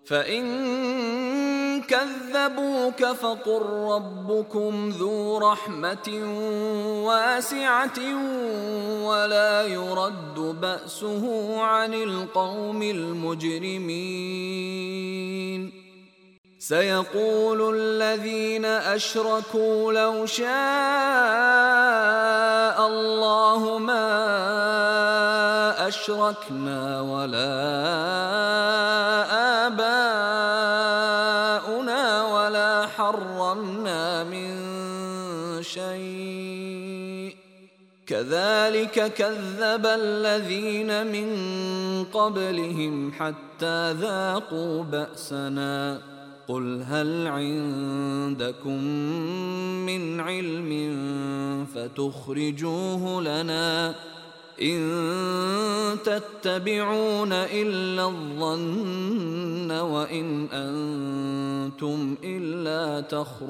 فإن كذبوك فقل ربكم ذو رحمة واسعة ولا يرد بأسه عن القوم المجرمين. سيقول الذين أشركوا لو شاء الله ما أشركنا ولا آباؤنا ولا حرمنا من شيء كذلك كذب الذين من قبلهم حتى ذاقوا بأسنا. قل هل عندكم من علم فتخرجوه لنا إن تتبعون إلا الظن وإن أنتم إلا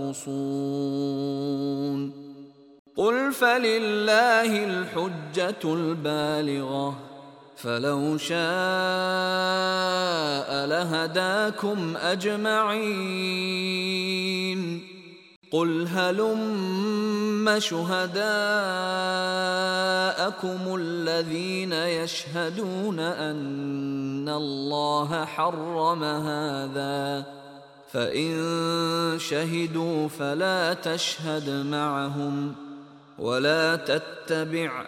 تخرصون. قل فلله الحجة البالغة فلو شاء لهداكم أجمعين. قل هلم شهداءكم الذين يشهدون أن الله حرم هذا فإن شهدوا فلا تشهد معهم ولا تتبع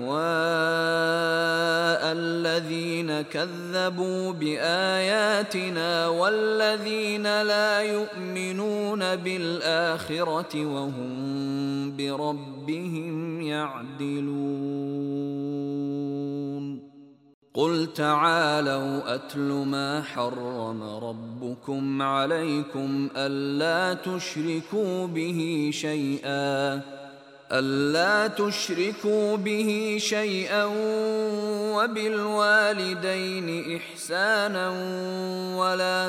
أهواء الذين كذبوا بآياتنا والذين لا يؤمنون بالآخرة وهم بربهم يعدلون. قل تعالوا أتل ما حرم ربكم عليكم ألا تشركوا به شيئا وبالوالدين إحسانا ولا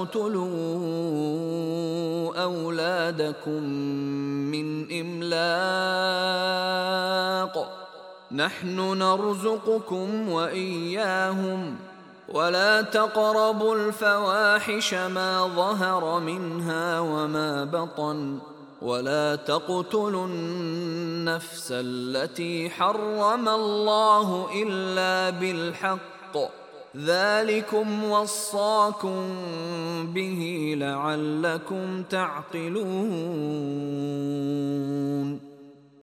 تقتلوا أولادكم من إملاق نحن نرزقكم وإياهم ولا تقربوا الفواحش ما ظهر منها وما بطن ولا تقتلوا النفس التي حرم الله إلا بالحق ذلكم وصاكم به لعلكم تعقلون.